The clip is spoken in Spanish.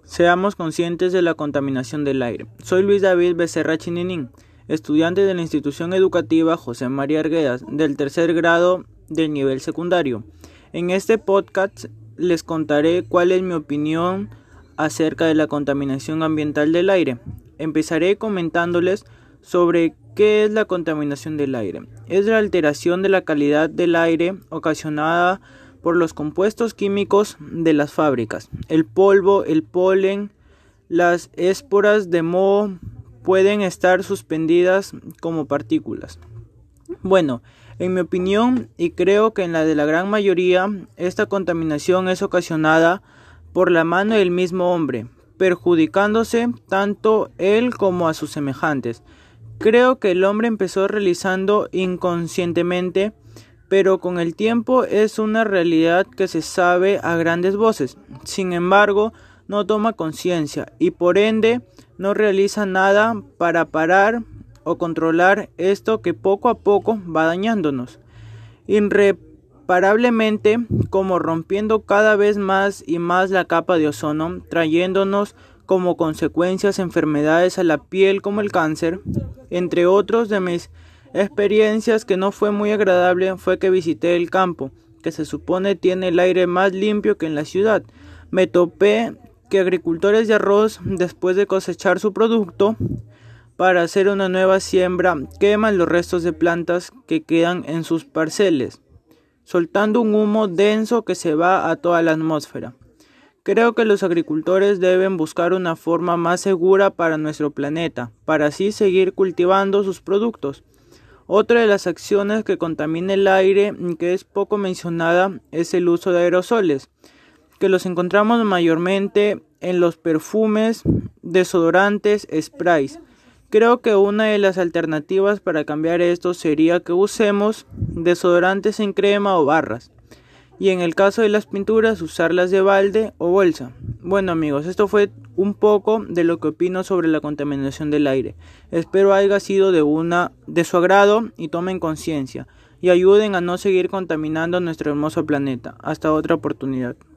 Seamos conscientes de la contaminación del aire. Soy Luis David Becerra Chininín, estudiante de la institución educativa José María Arguedas, del tercer grado del nivel secundario. En este podcast les contaré cuál es mi opinión acerca de la contaminación ambiental del aire. Empezaré comentándoles sobre qué es la contaminación del aire. Es la alteración de la calidad del aire ocasionada por los compuestos químicos de las fábricas. El polvo, el polen, las esporas de moho pueden estar suspendidas como partículas. Bueno, en mi opinión, y creo que en la de la gran mayoría, esta contaminación es ocasionada por la mano del mismo hombre, perjudicándose tanto él como a sus semejantes. Creo que el hombre empezó realizando inconscientemente, pero con el tiempo es una realidad que se sabe a grandes voces. Sin embargo, no toma conciencia y por ende no realiza nada para parar o controlar esto que poco a poco va dañándonos irreparablemente, como rompiendo cada vez más y más la capa de ozono, trayéndonos como consecuencias enfermedades a la piel como el cáncer. Entre otros de mis experiencias que no fue muy agradable fue que visité el campo, que se supone tiene el aire más limpio que en la ciudad. Me topé que agricultores de arroz, después de cosechar su producto para hacer una nueva siembra, queman los restos de plantas que quedan en sus parcelas, soltando un humo denso que se va a toda la atmósfera. Creo que los agricultores deben buscar una forma más segura para nuestro planeta, para así seguir cultivando sus productos. Otra de las acciones que contamina el aire, que es poco mencionada, es el uso de aerosoles, que los encontramos mayormente en los perfumes, desodorantes, sprays. Creo que una de las alternativas para cambiar esto sería que usemos desodorantes en crema o barras. Y en el caso de las pinturas, usarlas de balde o bolsa. Bueno amigos, esto fue un poco de lo que opino sobre la contaminación del aire. Espero haya sido de su agrado y tomen conciencia y ayuden a no seguir contaminando nuestro hermoso planeta. Hasta otra oportunidad.